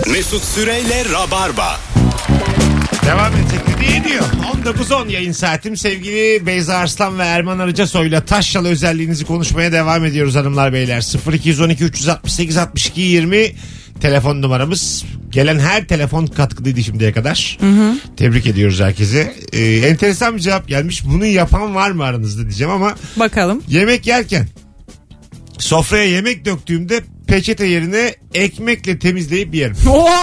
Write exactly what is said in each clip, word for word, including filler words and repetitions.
Mesut Süreyle Rabarba. Devam edecek diye diyor. on dokuz on yayın saatim. Sevgili Beyza Arslan ve Erman Arıcasoy'la Taşralı özelliğinizi konuşmaya devam ediyoruz hanımlar beyler. sıfır iki on iki üç altı sekiz altmış iki yirmi telefon numaramız. Gelen her telefon katkılıydı şimdiye kadar. Hı hı. Tebrik ediyoruz herkese. Ee, enteresan bir cevap gelmiş. Bunu yapan var mı aranızda diyeceğim ama. Bakalım. Yemek yerken sofraya yemek döktüğümde peçete yerine ekmekle temizleyip yerim.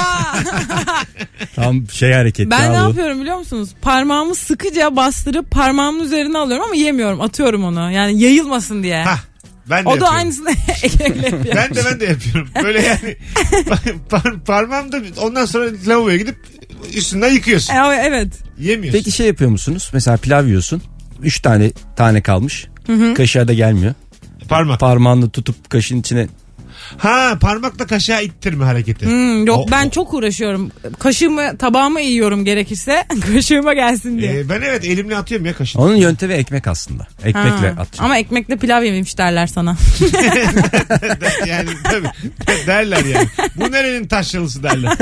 Tam şey hareketi. Ben ne bu. yapıyorum biliyor musunuz? Parmağımı sıkıca bastırıp parmağımın üzerine alıyorum ama yemiyorum. Atıyorum onu. Yani yayılmasın diye. Hah. Ben de o yapıyorum. da aynısını ekmekle yapıyor. Ben de ben de yapıyorum. Böyle yani par, parmağımda ondan sonra lavaboya gidip üstünden yıkıyorsun. E, evet. Yemiyorsun. Peki şey yapıyor musunuz? Mesela pilav yiyorsun. Üç tane tane kalmış. Hı hı. Kaşığa da gelmiyor. Parmak. Parmağını tutup kaşığın içine. Ha, parmakla kaşığa ittirme hareketi. Hmm, yok o, ben o. çok uğraşıyorum. Kaşığımı tabağıma yiyorum gerekirse. Kaşığıma gelsin diye. Ee, ben evet elimle atıyorum ya kaşığı. Onun yöntemi ekmek aslında. Ekmekle atıyorsun. Ama ekmekle pilav yemiş derler sana. Yani tabii derler yani. Bu nerenin taşralısı derler.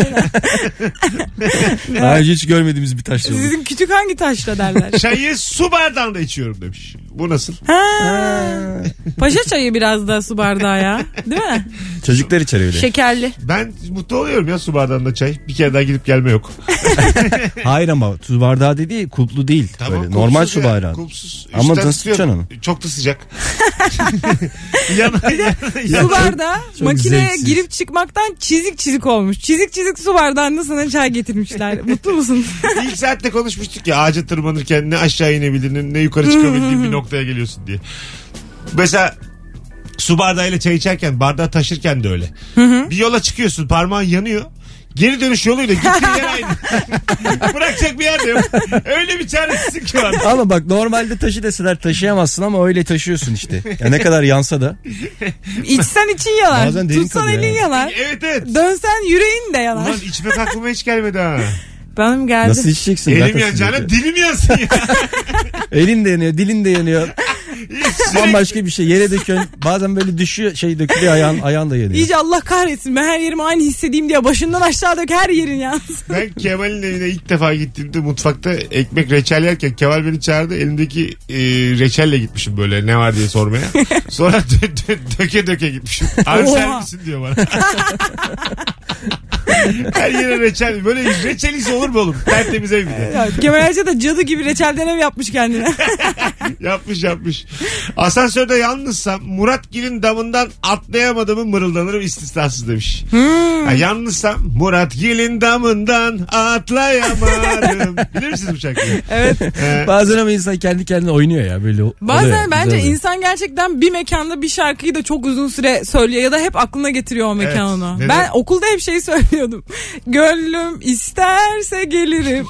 Daha önce hiç görmediğimiz bir taşralı. Sizin küçük hangi taşra derler? Çayı su bardağında içiyorum demiş. Bu nasıl? Ha. Paşa çayı biraz da su bardağı ya. Değil mi? Çocuklar içer öyle. Şekerli. Ben mutlu oluyorum ya su bardağında çay. Bir kere daha gidip gelme yok. Hayır ama su bardağı dediği kulplu değil. Tamam, böyle. Normal su bardağı. Kulpsuz. Ama Üstten nasıl tutacaksın onu? Çok da sıcak. yana, yana, Su bardağı çok makineye zevksiz. girip çıkmaktan çizik çizik olmuş. Çizik çizik su bardağında sana çay getirmişler. Mutlu musun? İlk saatte konuşmuştuk ya, ağaca tırmanırken ne aşağı inebildiğini ne yukarı çıkabildiğin bir noktaya geliyorsun diye. Mesela su bardağıyla çay içerken, bardağı taşırken de öyle. Bir yola çıkıyorsun, parmağın yanıyor. Geri dönüş yoluyla gittiğin yer aynı. Bırakacak bir yer de yok. Öyle bir çaresizlik ki var. Ama bak normalde taşı deseler taşıyamazsın ama öyle taşıyorsun işte. Ya ne kadar yansa da. İçsen için yalar. Bazen derin Tutsan kalıyor elin yani. yalar. Evet evet. Dönsen yüreğin de yalar. Ulan içmek aklıma hiç gelmedi ha. Benim geldi. Nasıl içeceksin? Elim Zaten yanacağına sıcak. dilim yansın ya. Elin de yanıyor, dilin de yanıyor. Bambaşka bir şey. Yere döküyorsun. Bazen böyle düşüyor, şey dökülüyor, ayağın, ayağın da yanıyor. İyice Allah kahretsin. Ben her yerimi aynı hissedeyim diye başından aşağı dök, her yerin yansın. Ben Kemal'in evine ilk defa gittiğimde mutfakta ekmek reçel yerken Kemal beni çağırdı. Elimdeki e, reçelle gitmişim böyle ne var diye sormaya. Sonra dö- dö- döke döke gitmişim. Abi sen Oha. misin diyor bana. Her yere reçel. Böyle reçel ise olur mu oğlum? Tertemiz ev bir de. Ya, Kemal Ayça da cadı gibi reçelden ev yapmış kendine. Yapmış yapmış. Asansörde yalnızsam Muratgil'in damından atlayamadığımı mırıldanırım istisnasız demiş. Hmm. Ha, yalnızsam Muratgil'in damından atlayamadım. Bilir misiniz bu şarkıyı? Evet. Ee, Bazen ama insan kendi kendine oynuyor ya böyle. Bazen oluyor, bence güzel oluyor. insan gerçekten bir mekanda bir şarkıyı da çok uzun süre söylüyor ya da hep aklına getiriyor o mekan Evet, onu. neden? Ben okulda hep şey söylüyordum. Gönlüm isterse gelirim.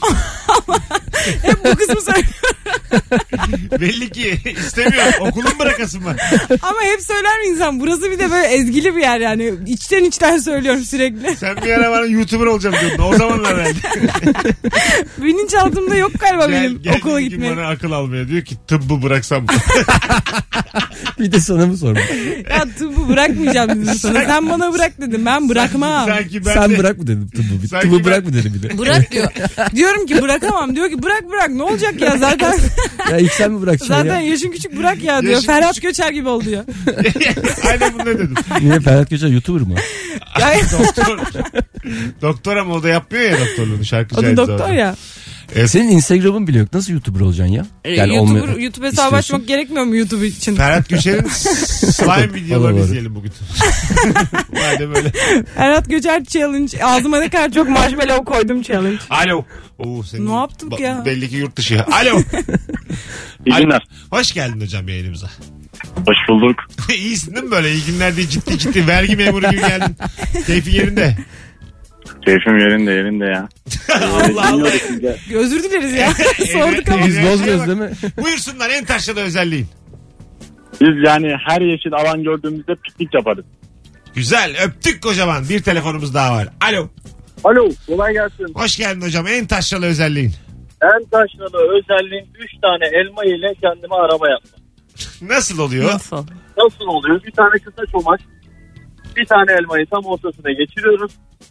Hep bu kısmı söylüyorum. belli ki istemiyorum. Okulun bırakasın var. Ama hep söyler mi insan? Burası bir de böyle ezgili bir yer yani. İçten içten söylüyorum sürekli. Sen bir ara bana YouTuber olacağım diyordun. O zamanlar herhalde. Bilinçaltımda yok galiba Gel, benim gel okula bir gün gitmeye. bana akıl almaya. Diyor ki tıbbı bıraksam mı? Bir de sana mı sorma? Ya tıbbı bırakmayacağım dedim sana. Sen bana bırak dedim. Ben bırakmam. Sanki ben Sen de... bırak mı dedim tıbbı? Sanki Tıbbı ben- bırak mı dedim bir de. Bırak diyor. Diyorum ki bırakamam. Diyor ki bırak bırak. Ne olacak ya zaten. Ya ilk sen mi bırakacaksın Zaten ya? yaşın küçük bırak ya diyor. Yaşın Ferhat küçük. Göçer gibi ol diyor. Aynen bunu dedim. Niye Ferhat Göçer YouTuber mı? Yani, Doktor. Doktor ama o da yapmıyor ya doktorluğunu. Şarkıcı o da aynı doktor zamanda. ya. E, Senin Instagram'ın bile yok. Nasıl YouTuber olacaksın ya? E, Yani YouTuber, olmuyor- YouTube hesabı istiyorsun. açmak gerekmiyor mu YouTube için? Ferhat Göçer'in slime videolarını Olur. izleyelim bugün. Madem öyle. Ferhat Göçer challenge. Ağzıma ne kadar çok marshmallow koydum challenge. Alo. Oo, senin Ne yaptık ba- ya? Belli ki yurt dışı. Alo. İyi Alo. günler. Hoş geldin hocam yayınımıza. Hoş bulduk. İyisin değil mi böyle? İyi günler diye ciddi ciddi vergi memuru gibi geldin. Keyfin yerinde. Keyfim yerinde yerinde ya. Allah Allah. Özür dileriz ya. Sorduk ama. Biz bozmuyoruz değil mi? Buyursunlar en taşralı özelliğin. Biz yani her yeşil alan gördüğümüzde piknik yaparız. Güzel, öptük kocaman. Bir telefonumuz daha var. Alo. Alo, kolay gelsin. Hoş geldin hocam. En taşralı özelliğin. En taşralı özelliğim üç tane elma ile kendime araba yapmak. Nasıl oluyor? Nasıl? Nasıl oluyor? Bir tane kısa çomak, bir tane elmayı tam ortasına geçiriyoruz.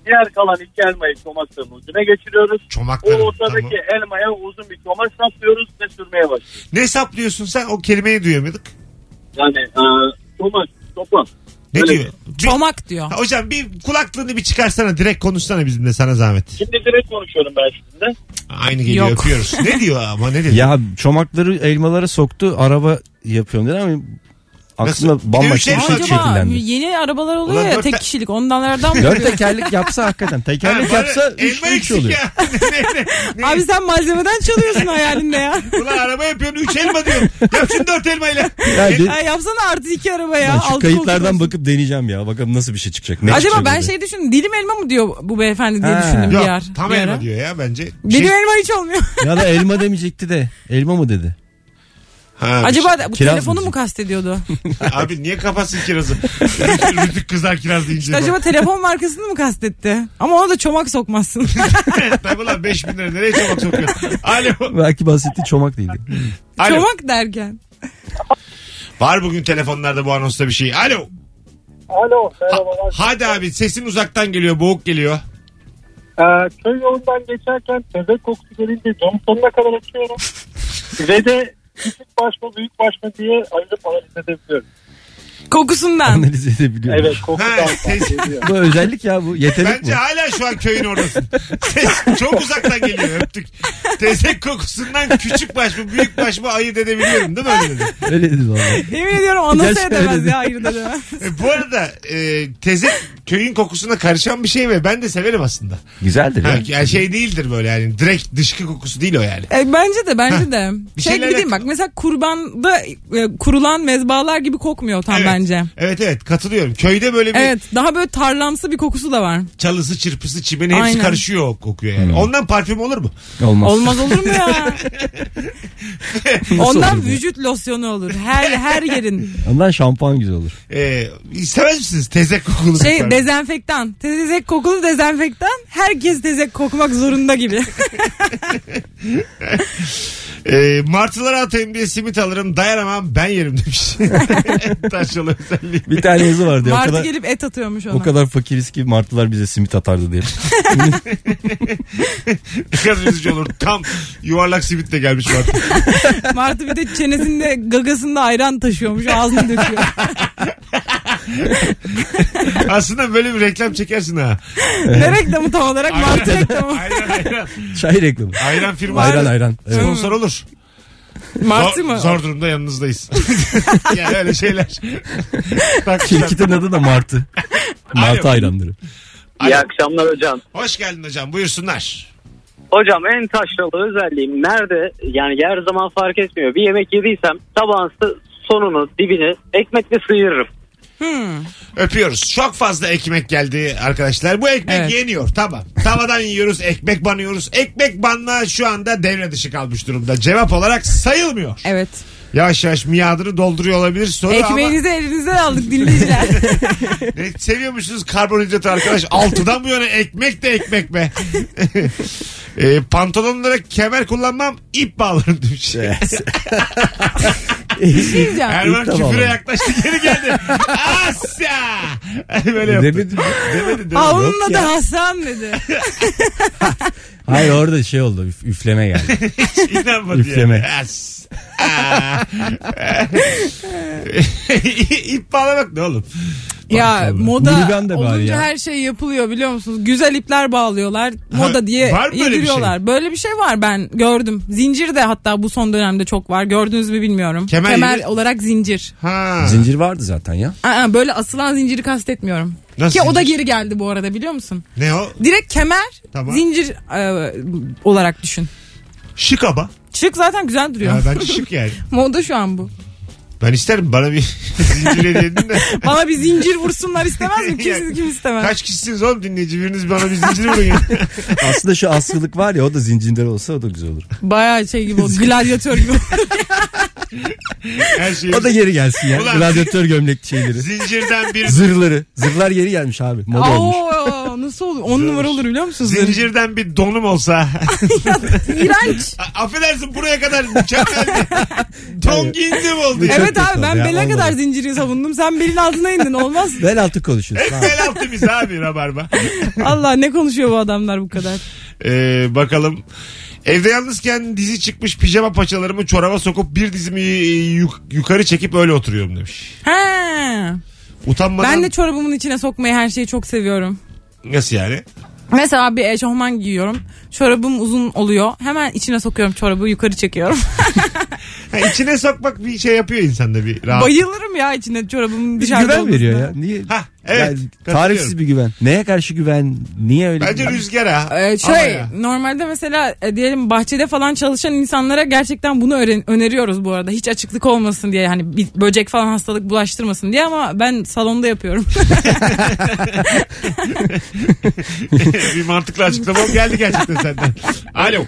diğer kalan iki elmayı çomaklığın ucuna geçiriyoruz. O Çomakları. ortadaki Tamam. elmaya uzun bir çomak saplıyoruz ve sürmeye başlıyoruz. Ne saplıyorsun sen? O kelimeyi duyamadık. Yani e, çomak, topan. Ne Öyle diyor? Bir- Çomak diyor. Ha, hocam bir kulaklığını bir çıkarsana. Direkt konuşsana bizimle, sana zahmet. Şimdi direkt konuşuyorum ben sizinle. Aynı geliyor, Yok. öpüyoruz. Ne diyor ama, ne dedi? Ya çomakları elmalara soktu, araba yapıyorum dedi ama aklımda Nasıl? bambaşka Bir bir de şey üç Acaba şekillendi. yeni arabalar oluyor Ulan ya dört tek te- kişilik onlardan mı? Dört tekerlek yapsa hakikaten. Ha, Tekerlek bana yapsa üç elma üç eksik oluyor. ya. ne, ne, ne? Abi sen malzemeden çalıyorsun hayalinde ya. Ulan araba yapıyorsun, üç elma diyorsun. Yap şunu dört elmayla. Yani Ha, yapsana artı iki araba ya. ben şu Altı kayıtlardan koltuk bakıp deneyeceğim ya. Bakalım nasıl bir şey çıkacak. Ne Acaba çıkacak ben orada? şey düşündüm. Dilim elma mı diyor bu beyefendi diye Ha. düşündüm bir Yok, yer. tam bir elma ara. diyor ya bence. Bir Dilim şey- elma hiç olmuyor. Ya da elma demeyecekti de. Elma mı dedi? Ha, Acaba bu Kiraz telefonu mı mu kastediyordu? abi niye kapatsın kirazı? Rütük, rütük kızar kiraz deyince. İşte acaba telefon markasını mı kastetti? Ama ona da çomak sokmazsın. Tabii lan beş bin lira nereye çomak sokuyor? Alo. Belki bahsettiği çomak değildi. Alo. Çomak derken. Var bugün telefonlarda bu anonsta bir şey. Alo. Alo, Ha- merhabalar. hadi abi, sesin uzaktan geliyor, boğuk geliyor. Ee, köy yolundan geçerken tezek kokusu gelince camı sonuna kadar açıyorum. Ve de küçük baş mı büyük baş mı diye ayırıp analiz edebiliyorum. Kokusundan. Analiz edebiliyorum. Evet, kokudan Ha, tez- geliyor. Bu özellik ya, bu yetenek Bence bu. hala şu an köyün oradasın. Ses çok uzaktan geliyor, öptük. Tezek kokusundan küçük baş mı büyük baş mı ayırt edebiliyorum değil mi, öyle dedi? Öyle dedi valla. Yemin ediyorum o nasıl Gerçekten edemez öyle ya ayırt edemez. E, bu arada e, tezek köyün kokusuna karışan bir şey ve ben de severim aslında. Güzeldir Ha, ya. yani şey değildir böyle, yani direkt dışkı kokusu değil o yani. E, bence de bence de. Bir şey şeylerle- gibi değil mi? Bak mesela kurbanda e, kurulan mezbalar gibi kokmuyor tam Evet. bence. Evet evet, katılıyorum. Köyde böyle bir Evet daha böyle tarlamsı bir kokusu da var. çalısı, çırpısı, çimeni hepsi Aynen. karışıyor o kokuyor yani. Hmm. Ondan parfüm olur mu? Olmaz. Olmaz olur mu ya? Nasıl Ondan olur bu? vücut losyonu olur. Her her yerin. Ondan şampuan güzel olur. Ee, istemez misiniz tezek kokulu? bir Şey parfüm? dezenfektan. Tezek kokulu dezenfektan. Herkes tezek kokmak zorunda gibi. Ee, martılara atayım diye simit alırım, dayanamam ben yerim demiş. Taşralı özelliği. Bir tane yazı vardı ya. O Martı kadar, gelip et atıyormuş ona. o kadar fakiriz ki martılar bize simit atardı diye. Ne kadar üzücü olur. Tam yuvarlak simitle gelmiş martı. Martı bir de çenesinde gagasında ayran taşıyormuş. Ağzına döküyor. Aslında böyle bir reklam çekersin ha. Ne reklamı tam olarak? Martı reklamı. Ayran ayran. Çay reklamı. Ayran firma. Ayran ayran. Evet. Sponsor olur. Martı zor, mı? Zor durumda yanınızdayız. Yani öyle şeyler. Takmışlar. Şirketin adı da Martı. Martı Alo. ayranları. Alo. İyi akşamlar hocam. Hoş geldin hocam, buyursunlar. Hocam en taşralı özelliğim nerede? Yani her zaman fark etmiyor. Bir yemek yediysem tabağın sonunu, dibini ekmekle sıyırırım. Hmm. Öpüyoruz. Çok fazla ekmek geldi arkadaşlar. Bu ekmek Evet. yeniyor. Tamam. Tavadan yiyoruz, ekmek banıyoruz. Ekmek banma şu anda devre dışı kalmış durumda. Cevap olarak sayılmıyor. Evet. Yavaş yavaş miadını dolduruyor olabilir soru Ekmeğinizi elinizden aldık dinleyiciler. ama ne, seviyormuşsunuz karbonhidratı arkadaş. Altıdan bu yana ekmek de ekmek be. e, pantolonlara kemer kullanmam, ip bağlarım demiş. Bir şey diyeceğim. Erman İp de bağlarım. küfüre yaklaştı, geri geldi. Asya. Böyle yaptı. Demedim. Demedin değil mi? Ha, onun Yok adı ya. Hasan dedi. Hayır, orada şey oldu, üf- üfleme geldi. İnanmadı Üfleme. yani. As. Aa. İp bağlamak ne oğlum? Ya Tabii. moda Holigan da bari olunca ya. her şey yapılıyor biliyor musunuz? Güzel ipler bağlıyorlar. Moda diye var böyle bir yediriyorlar. şey? Böyle bir şey var, ben gördüm. Zincir de hatta bu son dönemde çok var. Gördünüz mü bilmiyorum. Kemer Kemer, yeri- olarak zincir. Ha. Zincir vardı zaten ya. Aa, böyle asılan zinciri kastetmiyorum. Nasıl Ki o da zincir? geri geldi bu arada biliyor musun? Ne o? Direkt kemer Tamam. zincir e, olarak düşün. Şık ama. Şık zaten güzel duruyor. Ya bence şık yani. Moda şu an bu. Ben isterim, bana bir zincir hediye edin de. Bana bir zincir vursunlar istemez mi? Ya, Kim, kim istemez? Kaç kişisiniz oğlum dinleyici? Biriniz bana bir zincir vurun ya. Aslında şu askılık var ya, o da zincirler olsa o da güzel olur. Bayağı şey gibi o gladyatör gibi. Her şey. O da geri gelsin ya. Ulan- Radyatör gömlek şeyleri. Zincirden bir Zırhları. Zırhlar geri gelmiş abi. Moda olmuş. Oo, nasıl olur? On numara olur biliyor musun? Zırh. zincirden bir donum olsa. İğrenç. A- Affedersin buraya kadar mükemmeldi. Don giyindim oldu ya. Çok Evet abi kötü ben oldu ya, bele olmadı. kadar zinciri savundum. Sen belin altına indin olmaz. Bel altı konuşuyoruz. Hep bel altı biz abi Rabarba. Allah ne konuşuyor bu adamlar bu kadar. Ee, bakalım. Evde yalnızken dizi çıkmış pijama paçalarımı çoraba sokup bir dizimi yuk- yukarı çekip öyle oturuyorum demiş. He. Utanmadan. Ben de çorabımın içine sokmayı her şeyi çok seviyorum. Nasıl yani? Mesela bir eşofman giyiyorum. Çorabım uzun oluyor. Hemen içine sokuyorum çorabı yukarı çekiyorum. Ha, içine sokmak bir şey yapıyor insanda bir rahat. Bayılırım ya içine çorabımın dışarıda Güven olmasına. veriyor ya. Niye? Ha evet. Yani tarifsiz bir güven. Neye karşı güven? Niye öyle? Bence rüzgara. Ee, Ama şey ya. normalde mesela e, diyelim bahçede falan çalışan insanlara gerçekten bunu öğren- öneriyoruz bu arada. Hiç açıklık olmasın diye hani bir böcek falan hastalık bulaştırmasın diye ama ben salonda yapıyorum. Bir mantıklı açıklama geldi gerçekten senden. Alo.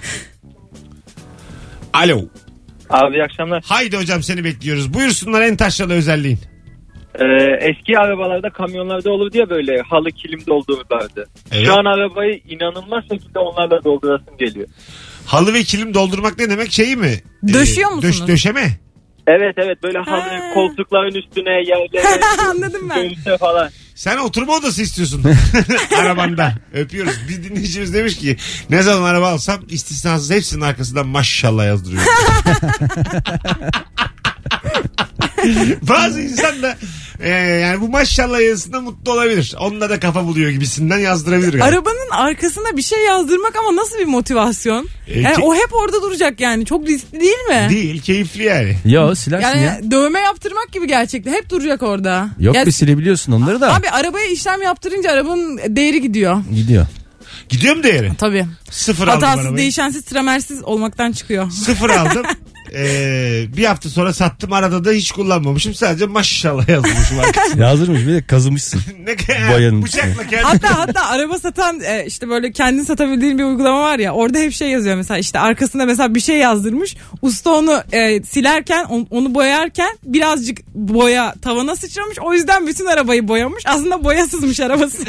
Alo. Abi iyi akşamlar. Haydi hocam seni bekliyoruz. Buyursunlar en taşralı özelliğin. Ee, eski arabalarda kamyonlarda olurdu ya böyle halı kilim doldururlardı. Evet. Şu an arabayı inanılmaz şekilde onlarla doldurasım geliyor. Halı ve kilim doldurmak ne demek şeyi mi? Döşüyor musunuz? Döş, döşeme. Evet evet böyle halı Ha. koltukların üstüne yerlere Anladım ben. göğüse falan. Sen oturma odası istiyorsun arabanda. Öpüyoruz. Bir dinleyicimiz demiş ki ne zaman araba alsam istisnasız hepsinin arkasından maşallah yazdırıyor. Bazı insan da e, yani bu maşallah yazısında mutlu olabilir. Onunla da kafa buluyor gibisinden yazdırabilir. galiba. Arabanın arkasına bir şey yazdırmak ama nasıl bir motivasyon? E, Yani ki- o hep orada duracak yani. Çok riskli değil mi? Değil, keyifli yani. Yo silersin Yani ya. dövme yaptırmak gibi gerçekten. Hep duracak orada. Yok Ya- bir silebiliyorsun onları da. Abi arabaya işlem yaptırınca arabanın değeri gidiyor. Gidiyor. Gidiyor mu değeri? Tabii. Sıfır aldım Hatasız, arabayı. değişensiz, tramersiz olmaktan çıkıyor. Sıfır aldım. Ee, bir hafta sonra sattım, arada da hiç kullanmamışım. Sadece maşallah yazmışım arkasına. Yazdırmış bir de kazımışsın. Ne Boyanın bıçakla kendim. Hatta hatta araba satan e, işte böyle kendin satabildiğin bir uygulama var ya, orada hep şey yazıyor mesela, işte arkasında mesela bir şey yazdırmış. Usta onu e, silerken on- onu boyarken birazcık boya tavana sıçramış. O yüzden bütün arabayı boyamış. Aslında boyasızmış arabası.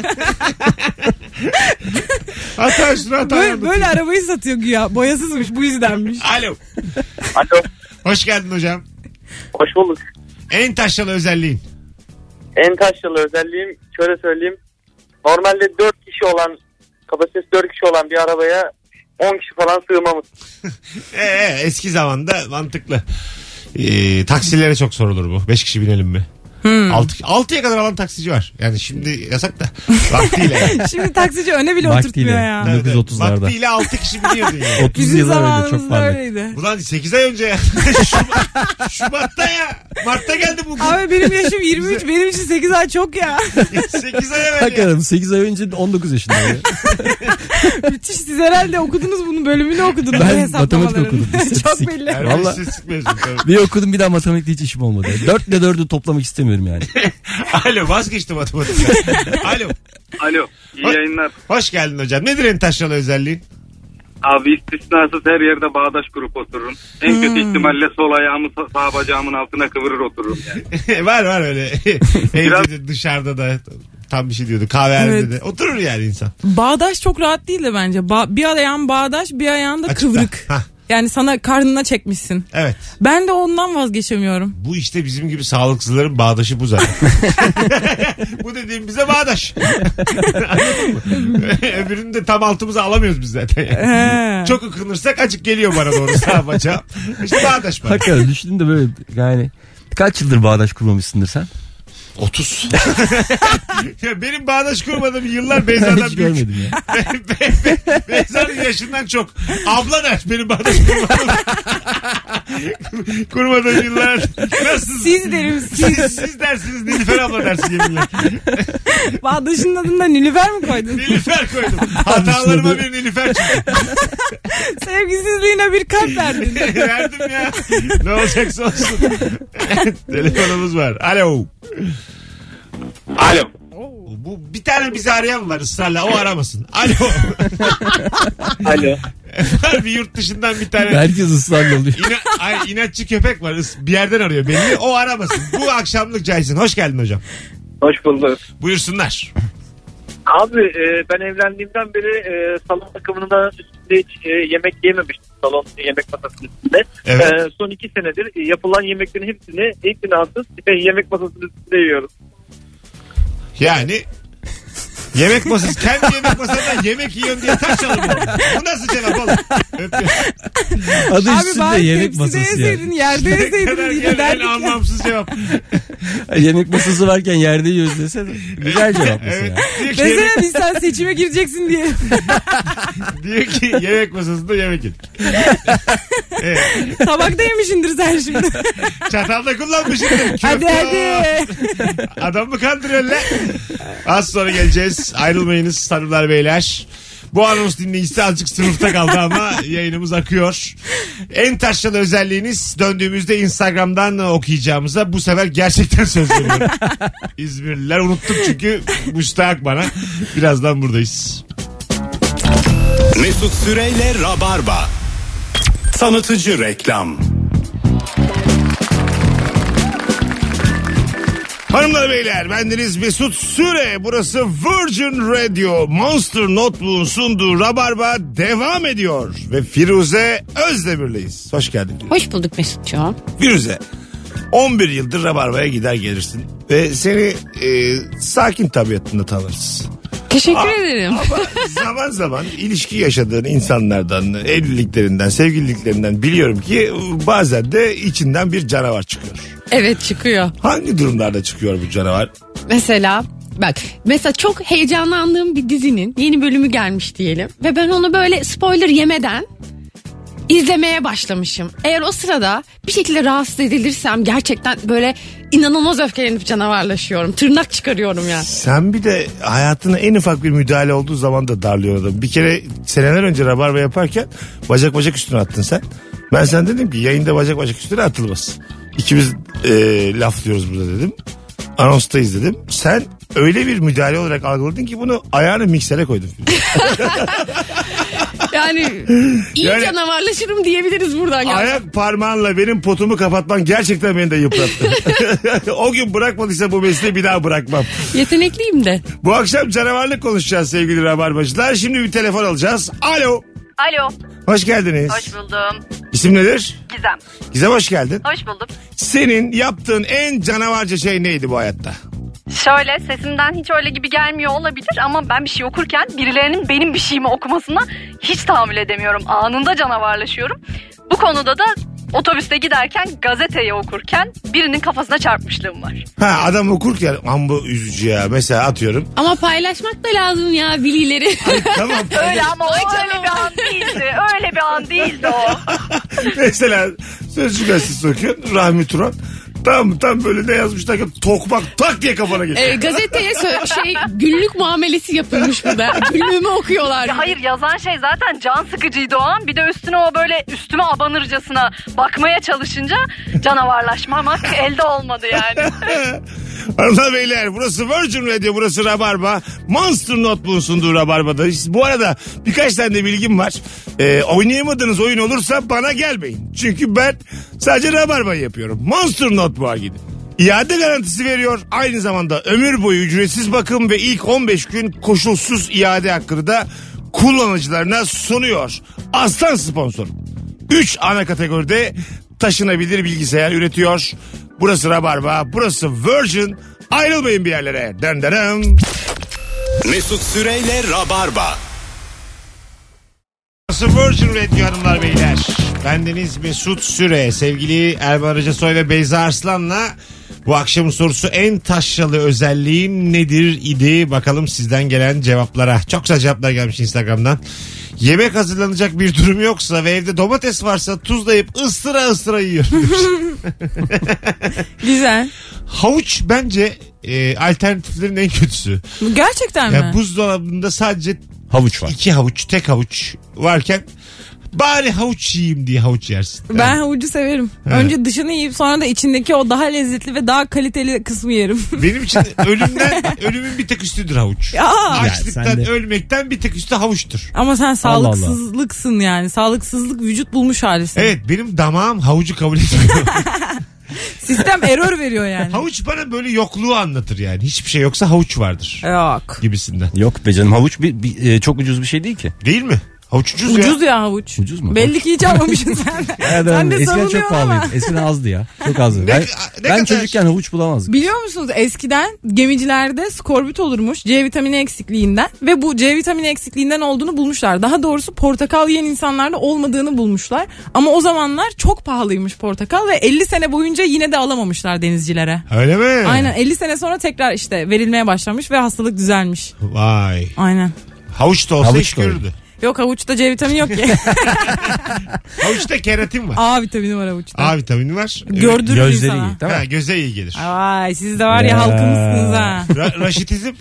Hata şunu hata böyle, yaptım. böyle arabayı satıyor güya. Boyasızmış, bu yüzdenmiş. Alo. Alo. Hoş geldin hocam. Hoş bulduk. En taşralı özelliğin. En taşralı özelliğim şöyle söyleyeyim. Normalde dört kişi olan, kapasitesi dört kişi olan bir arabaya on kişi falan sığmamız. Ee, eski zamanda mantıklı. Ee, taksilere çok sorulur bu. Beş kişi binelim mi? Hmm. Altı, altıya kadar alan taksici var. Yani şimdi yasak da. Vaktiyle. Yani. Şimdi taksici öne bile Vaktiyle. oturtmuyor ya. bin dokuz yüz otuzlarda. Vaktiyle altı kişi biniyordun yani. otuz Bizim yıllar önce çok zamanımızda parlak. öyleydi. Ulan sekiz ay önce ya. Şubat, Şubat'ta ya. Mart'ta geldi bugün. Abi benim yaşım yirmi üç, benim için sekiz ay çok ya. sekiz ay evvel ya. Hakikaten sekiz ay önce on dokuz yaşındaydı. Müthiş, siz herhalde okudunuz bunun bölümünü okudunuz. Ben bu hesaplamaların. matematik okudum, Çok istatistik. belli. Yani Vallahi- ben istatistik mezunuyum, tabii. Bir okudum bir daha matematikte hiç işim olmadı. Dört ile dördü toplamak istemiyorum yani. Alo, vazgeçtim matematikten. Alo. Alo, iyi Hoş- yayınlar. Hoş geldin hocam. Nedir en taşralı özelliğin? Abi istisnasız her yerde bağdaş kurup otururum. En kötü ihtimalle sol ayağımı sa- sağ bacağımın altına kıvırır otururum yani. var var öyle. Biraz- Evde de dışarıda da tam bir şey diyordu. Kahvehanede Evet. de. Oturur yani insan. Bağdaş çok rahat değil de bence. Ba- bir ayağın bağdaş, bir ayağın da Açıkta. kıvrık. Hah. Yani sana karnına çekmişsin. Evet. Ben de ondan vazgeçemiyorum. Bu işte bizim gibi sağlıksızların bağdaşı bu zaten. Bu dediğim bize bağdaş. Anladın mı? Öbürünü de tam altımıza alamıyoruz biz zaten. Yani. He. Çok ıkınırsak acık geliyor bana doğru sağ bacağım. İşte bağdaş bana. Hakikaten düşündüm de böyle yani kaç yıldır bağdaş kurmamışsındır sen? otuz. Ya benim bağdaş kurmadığım yıllar Beyza'dan Hiç büyük. görmedim ya. Be- be- Beyza'nın yaşından çok. Abla der benim bağdaş kurmadığım. kurmadığım yıllar. Nasıl? Siz derim siz. Siz, siz dersiniz Nilüfer abla dersin yeminle. Bağdaşın adına Nilüfer mi koydun? Nilüfer koydum. Hatalarıma bir Nilüfer çıktı. Sevgisizliğine bir kalp verdin. Verdim ya. Ne olacaksa olsun. Telefonumuz var. Alo. Alo. Bu bir tane bizi arayan var ısrarla. O aramasın. Alo. Alo. Var bir yurt dışından bir tane. Herkes ısrarlı oluyor. İna, ay, inatçı köpek var. Bir yerden arıyor belli. O aramasın. Bu akşamlık caysın. Hoş geldin hocam. Hoş bulduk. Buyursunlar. Abi e, ben evlendiğimden beri e, salon takımında üstünde hiç e, yemek yememiştim. Salon yemek masasının üstünde. Evet. E, son iki senedir e, yapılan yemeklerin hepsini ilk binasız e, yemek masasının üstünde yiyoruz. Yani yemek masası, kendi yemek masasında yemek yiyorum diye taş alır. Bu nasıl cevap oğlum? Öpüyorum. Adı Abi üstünde bari yemek tepside masası yeseydin, yani. yerde Ne yeseydin kadar diye en derdik ya. anlamsız cevap. Yemek masası varken yerde yiyoruz desene. Güzel cevap mesela. Evet. Diyor ki, yemek, Desene biz sen seçime gireceksin diye. diyor ki yemek masasında yemek yedik. Evet. Tabakta yemişindir sen şimdi. Çatalda kullanmışsındır. Köfte Hadi o. hadi. Adam mı kandırıyor lan? Az sonra geleceğiz. Ayrılmayınız hanımlar beyler. Bu anons dinleyicisi azıcık sınıfta kaldı ama yayınımız akıyor. En taşralı özelliğiniz döndüğümüzde Instagram'dan okuyacağımıza bu sefer gerçekten söz veriyorum. İzmirliler unuttum çünkü müştak bana. Birazdan buradayız. Mesut Süreyle Rabarba. Tanıtıcı reklam. Hanımlar beyler bendeniz Mesut Süre. Burası Virgin Radio. Monster Notebook'un sunduğu Rabarba devam ediyor. Ve Firuze Özdemir'leyiz. Hoş geldin. Hoş bulduk Mesut'cuğum. Firuze, on bir yıldır Rabarba'ya gider gelirsin. Ve seni e, sakin tabiatında tanırız. Teşekkür Aa, ederim. Ama zaman zaman ilişki yaşadığın insanlardan, evliliklerinden, sevgililiklerinden biliyorum ki bazen de içinden bir canavar çıkıyor. Evet, çıkıyor. Hangi durumlarda çıkıyor bu canavar? Mesela bak, mesela çok heyecanlandığım bir dizinin yeni bölümü gelmiş diyelim. Ve ben onu böyle spoiler yemeden izlemeye başlamışım. Eğer o sırada bir şekilde rahatsız edilirsem gerçekten böyle inanılmaz öfkelenip canavarlaşıyorum. Tırnak çıkarıyorum ya. Sen bir de hayatına en ufak bir müdahale olduğu zaman da darlıyor adam. Bir kere seneler önce Rabarba yaparken bacak bacak üstüne attın sen. Ben sana dedim ki yayında bacak bacak üstüne atılmaz. İkimiz e, laf diyoruz burada dedim. Anonstayız dedim. Sen öyle bir müdahale olarak algıladın ki bunu ayağını miksere koydun. Yani iyi Yani- canavarlaşırım diyebiliriz buradan. galiba. Ayak parmağınla benim potumu kapatman gerçekten beni de yıprattı. O gün bırakmadıysa bu mesleği bir daha bırakmam. Yetenekliyim de. Bu akşam canavarlık konuşacağız sevgili Rabarbacılar. Şimdi bir telefon alacağız. Alo. Alo, Hoş geldiniz. hoş buldum. İsim nedir? Gizem, Gizem hoş geldin. hoş bulduk. Senin yaptığın en canavarca şey neydi bu hayatta? Şöyle, sesimden hiç öyle gibi gelmiyor olabilir ama ben bir şey okurken birilerinin benim bir şeyimi okumasına hiç tahammül edemiyorum. Anında canavarlaşıyorum. Bu konuda da otobüste giderken gazeteyi okurken birinin kafasına çarpmışlığım var. Ha adam okurken amma üzücü ya. Mesela atıyorum. Ama paylaşmak da lazım ya bilgileri. Tamam. Öyle ama o öyle bir an değildi. Öyle bir an değildi o. Mesela Sözcü gazetesi okuyorsun. Rahmi Turan. Tam tam böyle ne yazmışlar ki tokmak tak diye kafana geçiyor. E, gazeteye sö- şey günlük muamelesi yapılmış burada. Günlüğümü okuyorlar. Ya hayır, yazan şey zaten can sıkıcıydı o an. Bir de üstüne o böyle üstüme abanırcasına bakmaya çalışınca canavarlaşmamak elde olmadı yani. Hanımlar beyler burası Virgin Radio, burası Rabarba. Monster Notebook'un sunduğu Rabarba'dayız. Bu arada birkaç tane de bilgim var. Ee, oynayamadığınız oyun olursa bana gelmeyin. Çünkü ben sadece Rabarba'yı yapıyorum. Monster Notebook'a gidin. İade garantisi veriyor. Aynı zamanda ömür boyu ücretsiz bakım ve ilk on beş gün koşulsuz iade hakkını da kullanıcılarına sunuyor. Aslan sponsorum. üç ana kategoride taşınabilir bilgisayar üretiyor. Burası Rabarba, burası Virgin. Ayrılmayın bir yerlere. Dön dön. Mesut Süreyle Rabarba. Burası Virgin Radio hanımlar beyler. Bendeniz Mesut Süre. Sevgili Erman Arıcasoy ve Beyza Arslan'la bu akşamın sorusu en taşralı özelliğin nedir idi? Bakalım sizden gelen cevaplara. Çok güzel cevaplar gelmiş Instagram'dan. Yemek hazırlanacak bir durum yoksa ve evde domates varsa tuzlayıp ısıra ısıra yiyorum. Güzel. Havuç bence e, alternatiflerin en kötüsü. Gerçekten Yani mi? buzdolabında sadece Havuç var. iki havuç, tek havuç varken Bari havuç yiyeyim diye havuç yersin. Ben havucu severim. He. Önce dışını yiyip sonra da içindeki o daha lezzetli ve daha kaliteli kısmı yerim. Benim için ölümden ölümün bir tek üstüdür havuç. Ya. Açlıktan Ya sen de- ölmekten bir tek üstü havuçtur. Ama sen Allah. sağlıksızlıksın yani. Sağlıksızlık vücut bulmuş halisin. Evet benim damağım havucu kabul etmiyor. Sistem error veriyor yani. Havuç bana böyle yokluğu anlatır yani. Hiçbir şey yoksa havuç vardır Yok. gibisinden. Yok be canım, havuç bir, bir, e, çok ucuz bir şey değil ki. Değil mi? Havuç ucuz, Ucuz ya. ya havuç. Ucuz mu? Belli ki hiç almamışsın sen. Evet, Sen de eskiden savunuyorsun çok ama. pahalıydı. Eskiden azdı ya. Çok azdı. Ne- ben ne ben kadar? çocukken havuç bulamazdım. Biliyor musunuz eskiden gemicilerde skorbut olurmuş C vitamini eksikliğinden ve bu C vitamini eksikliğinden olduğunu bulmuşlar. Daha doğrusu portakal yiyen insanlarda olmadığını bulmuşlar. Ama o zamanlar çok pahalıymış portakal ve elli sene boyunca yine de alamamışlar denizcilere. Öyle mi? Aynen elli sene sonra tekrar işte verilmeye başlamış ve hastalık düzelmiş. Vay. Aynen. Havuç da olsa Havuç iş da öyle. görürdü. Yok havuçta C vitamini yok ki. Havuçta keratin var. A vitamini var havuçta. A vitamini var. Gördürür Gözleri insana. iyi, değil mi? Ha, göze iyi gelir. Vay siz de var ya, Ya. halkımızsınız ha. Ra- raşitizm.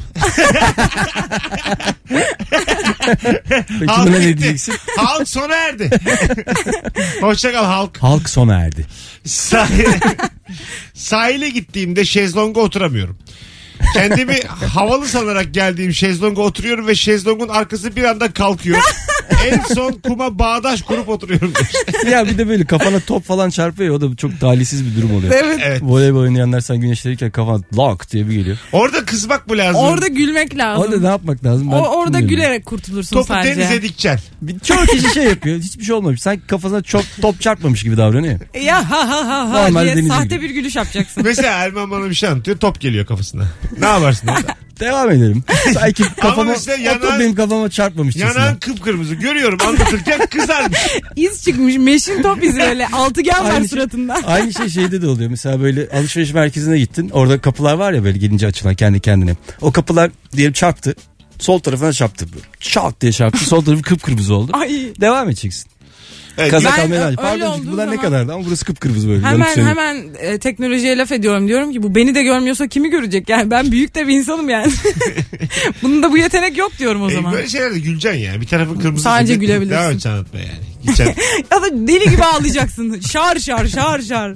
Peki Halk buna ne bitti. diyeceksin? Halk sona erdi. Hoşçakal halk. Halk sona erdi. Sahile, sahile gittiğimde şezlonga oturamıyorum. Kendimi havalı sanarak geldiğim şezlonga oturuyorum ve şezlongun arkası bir anda kalkıyor. En son kuma bağdaş kurup oturuyorum. Ya bir de böyle kafana top falan çarpıyor ya, o da çok talihsiz bir durum oluyor. Evet. Evet. Voleybol oynayanlar sen güneşlenirken kafana lock diye bir geliyor. Orada kızmak mı lazım? Orada gülmek lazım. Orada ne yapmak lazım? Ben O, orada bilmiyorum. gülerek kurtulursun Topu sadece. denize dikeceksin. Bir, çoğu kişi şey yapıyor. Hiçbir şey olmamış. Sanki kafasına çok top çarpmamış gibi davranıyor. Ya ha ha ha ha Normal diye denize sahte gidiyor. bir gülüş yapacaksın. Mesela Erman bana bir şey anlatıyor. Top geliyor kafasına. Ne yaparsın orada? Devam edelim. Sanki kafama, mesela o top yanan- benim kafama çarpmamışçasına. Yanan kıpkırmızı. Görüyorum anlatırken kızarmış. İz çıkmış, meşin top izi böyle. Altıgen var Aynı şey- suratında. Aynı şey şeyde de oluyor. Mesela böyle alışveriş merkezine gittin. Orada kapılar var ya böyle gelince açılan kendi kendine. O kapılar diyelim çarptı. Sol tarafına çarptı. Çat diye çarptı. Sol tarafı kıpkırmızı oldu. Ay. Devam edeceksin. Evet, Kazak Ben almaya öyle devam. Pardon olduğu bunlar ne zaman- kadardı ama burası kıpkırmızı böyle. Hemen Yanıp sönüyor. hemen e, teknolojiye laf ediyorum. Diyorum ki bu beni de görmüyorsa kimi görecek? Yani ben büyük de bir insanım yani. Bunun da bu yetenek yok diyorum o E, zaman. böyle şeylerde güleceksin ya. Bir tarafın kırmızı. Sadece sepet- gülebilirsin. Devam edeceksin anlatmaya yani. Gideceksin. Ya da deli gibi ağlayacaksın. Şar şar şar şar.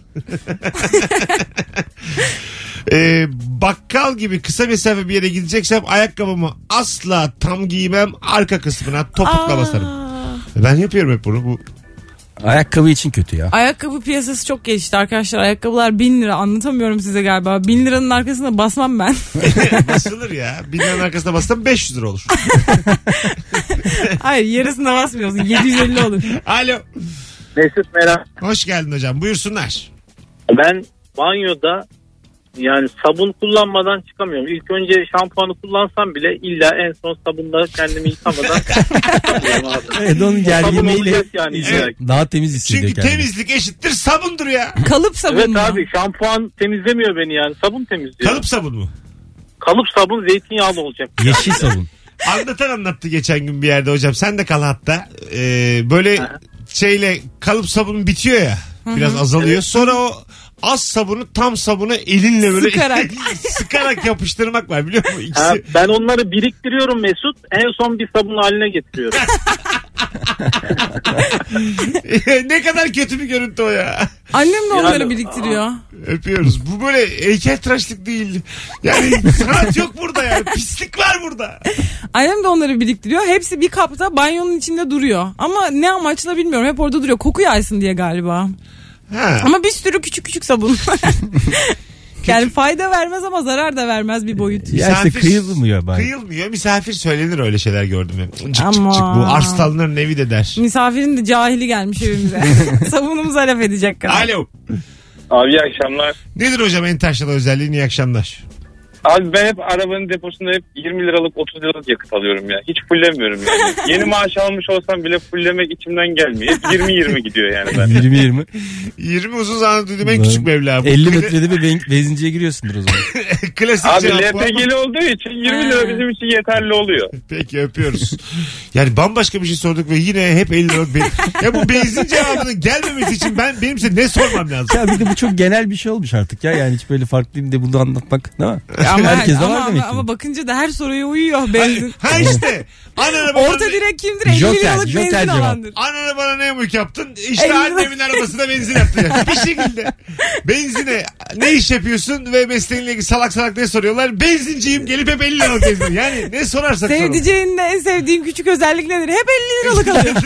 Ee, bakkal gibi kısa mesafe bir yere gideceksem ayakkabımı asla tam giymem, arka kısmına topukla basarım. Aa. Ben yapıyorum hep bunu. Bu Ayakkabı için kötü ya. Ayakkabı piyasası çok gelişti arkadaşlar. Ayakkabılar bin lira. Anlatamıyorum size galiba. Bin liranın arkasına basmam ben. basılır ya. Bir liranın arkasına bassam beş yüz lira olur. Hayır yarısına basmıyorsun. yedi yüz elli olur. Alo. Mesut merhaba. Hoş geldin hocam. Buyursunlar. Ben banyoda yani sabun kullanmadan çıkamıyorum. İlk önce şampuanı kullansam bile illa en son sabunla kendimi yıkamadan çıkamıyorum abi. Evet onun Sabun gerginliğiyle olacak yani insan Evet. daha temiz hissediyor Çünkü kendini. temizlik eşittir sabundur ya. Kalıp sabun Evet mu? abi şampuan temizlemiyor beni yani. Sabun temizliyor. Kalıp sabun mu? Kalıp sabun zeytinyağlı olacak. Yeşil sabun. Anlatan anlattı geçen gün bir yerde hocam. Sen de kal hatta. Ee, böyle şeyle kalıp sabun bitiyor ya. Biraz azalıyor. Sonra o az sabunu tam sabunu elinle böyle Sıkarak. sıkarak yapıştırmak var biliyor musun? İkisi. Ha, ben onları biriktiriyorum Mesut. En son bir sabun haline getiriyorum. Ne kadar kötü bir görüntü o ya. Annem de onları Yani- biriktiriyor. Öpüyoruz. Bu böyle heykeltıraşlık değil. Yani sanat yok burada yani. Pislik var burada. Annem de onları biriktiriyor. Hepsi bir kapta banyonun içinde duruyor. Ama ne amaçla bilmiyorum. Hep orada duruyor. Koku yaysın diye galiba. Ha. Ama bir sürü küçük küçük sabun. Yani fayda vermez ama zarar da vermez bir boyut. Ya işte kıyılmıyor bari. Kıyılmıyor. Misafir söylenir öyle şeyler gördüm hep. Cık cık Ama. cık bu arslanların evi de der. Misafirin de cahili gelmiş evimize. Sabunumuza laf edecek kadar. Alo. Abi iyi akşamlar. Nedir hocam en taşralı özelliğin? İyi akşamlar. Abi ben hep arabanın deposunda hep yirmi liralık otuz liralık yakıt alıyorum ya. Hiç fullemiyorum yani. Yeni maaş almış olsam bile fullemek içimden gelmiyor. Hep yirmi yirmi gidiyor yani ben. yirmi yirmi. yirmi uzun zamandır duyduğum en küçük meblağ bu. elli Kla- metrede bir ben- benzinciye giriyorsundur o zaman. Klasik Abi cevap bu ama- L P G'li olduğu için yirmi lira bizim için yeterli oluyor. Peki öpüyoruz. Yani bambaşka bir şey sorduk ve yine hep elli lira. Be- ya bu benzin cevabının gelmemesi için ben benim size ne sormam lazım? Ya bir de bu çok genel bir şey olmuş artık ya. Yani hiç böyle farklıyım de bunu anlatmak değil mi? Ama, Herkes de ama, var ama, demek ki. ama bakınca da her soruya uyuyor benzin. Ha işte. Anana bana, Orta direk kimdir? elli Joker, liralık Joker benzin cevap. alandır. anana bana ne yamuk yaptın? İşte elli annemin arabasına benzin yaptıracak. Bir şekilde. Benzine ne iş yapıyorsun ve mesleğinle ilgili salak salak ne soruyorlar? Benzinciyim, gelip hep elli liralık benzin. Yani ne sorarsak soralım. Sevdiceğinin de en sevdiğim küçük özellik nedir? Hep elli liralık alıyor.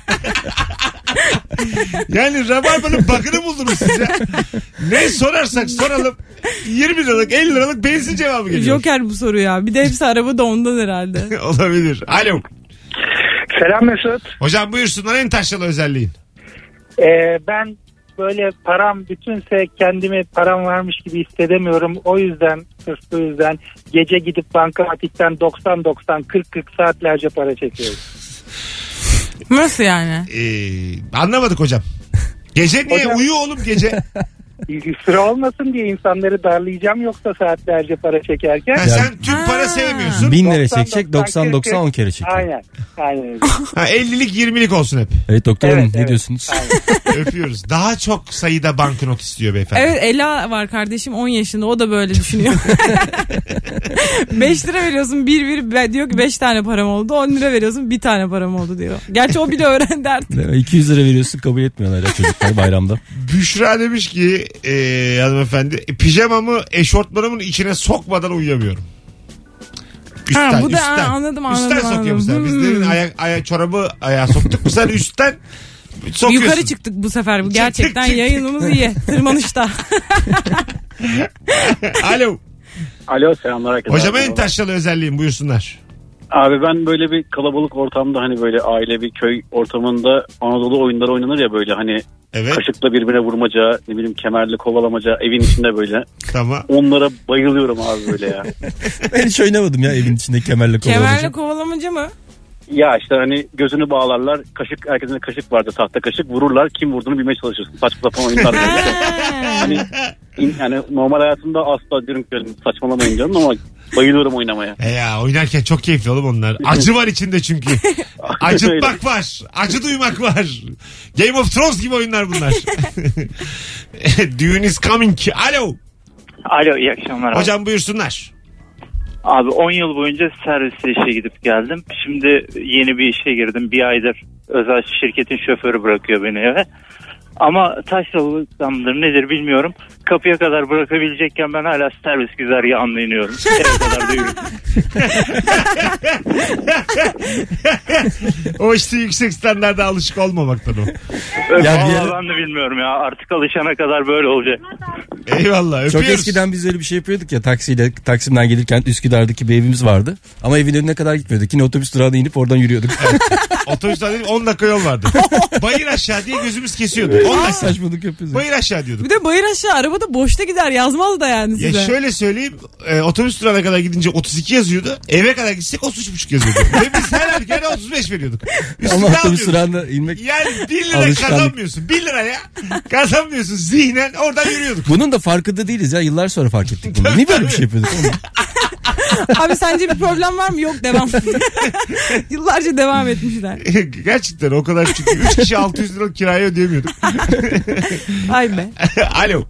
Yani Rabarba'nın bakını buldurmuşsunuz ya. Ne sorarsak soralım yirmi liralık elli liralık benzin cevabı geliyor. Joker bu soru ya. Bir de hepsi araba da ondan herhalde. Olabilir. Alo. Selam Mesut. Hocam buyursunlar, en taşralı özelliğin. Ee, ben böyle param bütünse kendimi param varmış gibi hissedemiyorum. O yüzden, sırf bu yüzden gece gidip bankamatikten doksan doksan kırk kırk saatlerce para çekiyorum. Nasıl yani? Ee, anlamadık hocam. Gece niye? Hocam- Uyu oğlum gece. Sıra olmasın diye insanları darlayacağım yoksa saatlerce para çekerken. Ha, sen tüm para Ha. sevmiyorsun. Bin lira doksan, çekecek doksan doksan on kere çekiyor. Aynen. Aynen öyle. Ha, ellilik yirmilik olsun hep. Evet doktor hanım Evet, ne evet. diyorsunuz? Aynen. Öpüyoruz. Daha çok sayıda banknot istiyor beyefendi. Evet, Ela var kardeşim on yaşında, o da böyle düşünüyor. beş lira veriyorsun bir bir diyor ki beş tane param oldu, on lira veriyorsun bir tane param oldu diyor. Gerçi o bile öğrendi artık. iki yüz lira veriyorsun kabul etmiyorlar ya çocuklar bayramda. Büşra demiş ki e, hanımefendi, pijamamı eşortmanımın içine sokmadan uyuyamıyorum. Üstten, Ha, bu da üstten. ha, anladım, anladım, Üstten sokuyor anladım. bu sefer. Hmm. Bizlerin ayak, ayak, çorabı ayağa soktuk. Bu sefer üstten sokuyorsun. Yukarı çıktık bu sefer. Bu gerçekten çıktık. yayınımız iyi. Tırmanışta. Alo. Alo selamlar herkese. Hocam en taşralı özelliğim, buyursunlar. Abi ben böyle bir kalabalık ortamda hani böyle aile bir köy ortamında Anadolu oyunları oynanır ya böyle hani Evet. kaşıkla birbirine vurmaca, ne bileyim kemerle kovalamaca evin içinde böyle. Tamam. Onlara bayılıyorum abi böyle ya. Ben hiç oynamadım ya evin içinde kemerle kovalamaca. Kemerle kovalamaca mı? Ya işte hani gözünü bağlarlar, kaşık herkesin kaşık vardı, tahta kaşık vururlar, kim vurduğunu bilmeye çalışırsın. Saçma sapan oyunlar böyle. Hani in- yani normal hayatımda asla diyorum ki saçmalamayın canım ama bayılıyorum oynamaya. E ya, oynarken çok keyifli oğlum onlar. Acı var içinde çünkü. Acıtmak var. Acı duymak var. Game of Thrones gibi oyunlar bunlar. Düğün is coming. Alo. Alo, iyi akşamlar. Hocam buyursunlar. Abi on yıl boyunca servisle işe gidip geldim. Şimdi yeni bir işe girdim. Bir aydır özel şirketin şoförü bırakıyor beni eve. Ama taşralıktandır nedir bilmiyorum. Kapıya kadar bırakabilecekken ben hala servis güzergahına iniyorum. Eve kadar da yürüyorum. O işte yüksek standarda alışık olmamaktan o. Ya Vallahi bir yere- ben de bilmiyorum ya. Artık alışana kadar böyle olacak. Eyvallah, öpüyoruz. Çok eskiden biz öyle bir şey yapıyorduk ya, taksiyle Taksim'den gelirken Üsküdar'daki bir evimiz vardı. Ama evin önüne kadar gitmiyorduk. Yine otobüs durağına inip oradan yürüyorduk. Otobüsten değil, on dakika yol vardı. Bayır aşağı diye gözümüz kesiyordu. on dakika. Saçmalık yapıyoruz. Bayır aşağı diyorduk. Bir de bayır aşağı arabada boşta gider, yazmaz da yani size. Ya şöyle söyleyeyim, e, otobüs durağına kadar gidince otuz iki yazıyordu. Eve kadar gitsek otuz üç buçuk yazıyordu. Ve biz her erkeğe otuz beş veriyorduk. Üstüne Ama otobüs almıyorduk. durağına inmek... Yani bir lira Alışkanlık. kazanmıyorsun. Bir lira ya. Kazanmıyorsun. Zihnen oradan yürüyorduk. Bunun da farkında değiliz ya, yıllar sonra fark ettik bunu. Niye böyle bir şey yapıyorduk oğlum? Abi sence bir problem var mı? Yok, devam. Yıllarca devam etmişler. Gerçekten o kadar, çünkü üç kişi altı yüz liralık kirayı ödeyemiyorduk. Ay be. Alo.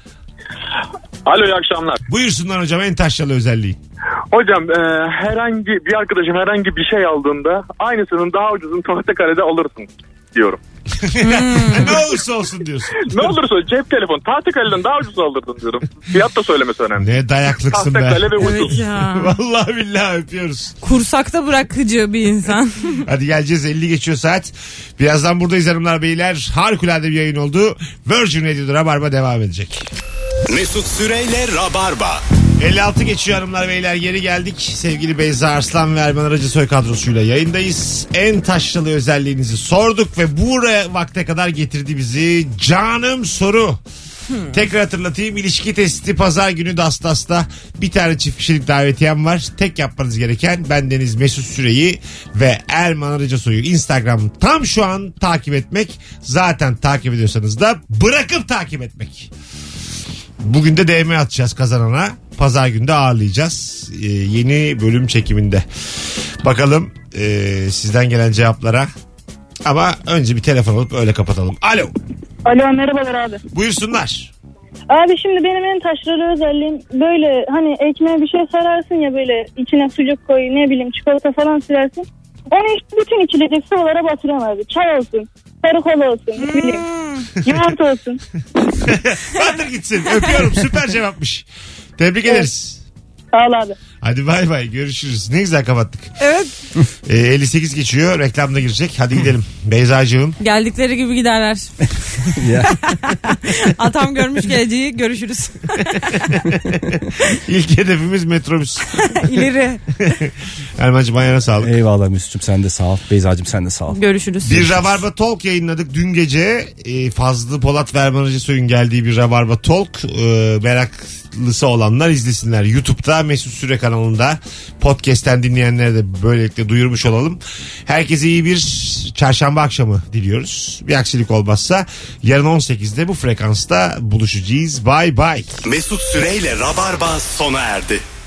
Alo, iyi akşamlar. Buyursunlar hocam, en taşralı özelliği. Hocam e, herhangi bir arkadaşım herhangi bir şey aldığında aynısının daha ucuzunu Tahtakale'de alırsın diyorum. Ne olursa olsun diyorsun. Ne olursa cep telefonu Tahtakale'den daha ucuz alırdın diyorum. Fiyat da söylemesi önemli. Ne dayaklıksın be. Tahtakale ve ucuz. Evet ya. Vallahi billahi öpüyoruz. Kursakta bırakıcı bir insan. Hadi geleceğiz, elli geçiyor saat. Birazdan buradayız hanımlar beyler. Harikulade bir yayın oldu. Virgin Radio'da Rabarba devam edecek. Mesut Süreyle Rabarba. elli altı geçiyor hanımlar beyler, geri geldik. Sevgili Beyza Arslan ve Erman Arıcısoy kadrosuyla yayındayız. En taşralı özelliğinizi sorduk ve buraya vakte kadar getirdi bizi. Canım soru. Hmm. Tekrar hatırlatayım, ilişki testi pazar günü Dastas'ta bir tane çift kişilik davetiyem var. Tek yapmanız gereken bendeniz Mesut Süreyi ve Erman Arıcısoy'u Instagram tam şu an takip etmek. Zaten takip ediyorsanız da bırakıp takip etmek. Bugün de D M atacağız kazanana. Pazar günü de ağırlayacağız. Ee, yeni bölüm çekiminde. Bakalım e, sizden gelen cevaplara. Ama önce bir telefon alıp öyle kapatalım. Alo. Alo, merhabalar abi. Buyursunlar. Abi şimdi benim en taşralı özelliğim böyle hani ekmeğe bir şey sararsın ya böyle içine sucuk koy ne bileyim çikolata falan sürersin. Onu işte bütün içilecek sıvılara batırıyorum abi. Çay olsun, sarı kola olsun ne bileyim yoğurt olsun. Batır gitsin öpüyorum süper cevapmış. Tebrik evet. ederiz. Sağ ol abi. Hadi bay bay görüşürüz. Ne güzel kapattık. Evet. Ee, elli sekiz geçiyor reklamda girecek. Hadi gidelim. Beyzacığım. Geldikleri gibi giderler. Atam görmüş geleceği görüşürüz. İlk hedefimiz metrobüs. İleri. Erman'cığım ayağına sağlık. Eyvallah Mesut'cum sen de sağ ol. Beyza'cığım sen de sağ ol. Görüşürüz. Bir Rabarba Talk yayınladık dün gece. E, Fazlı Polat ve Erman Arıcasoy'un geldiği bir Rabarba Talk. E, meraklısı olanlar izlesinler. YouTube'da Mesut Süre kanalında podcast'ten dinleyenlere de böylelikle duyurmuş olalım. Herkese iyi bir çarşamba akşamı diliyoruz. Bir aksilik olmazsa yarın on sekizde bu frekansta buluşacağız. Bye bye. Mesut Süre ile Rabarba sona erdi.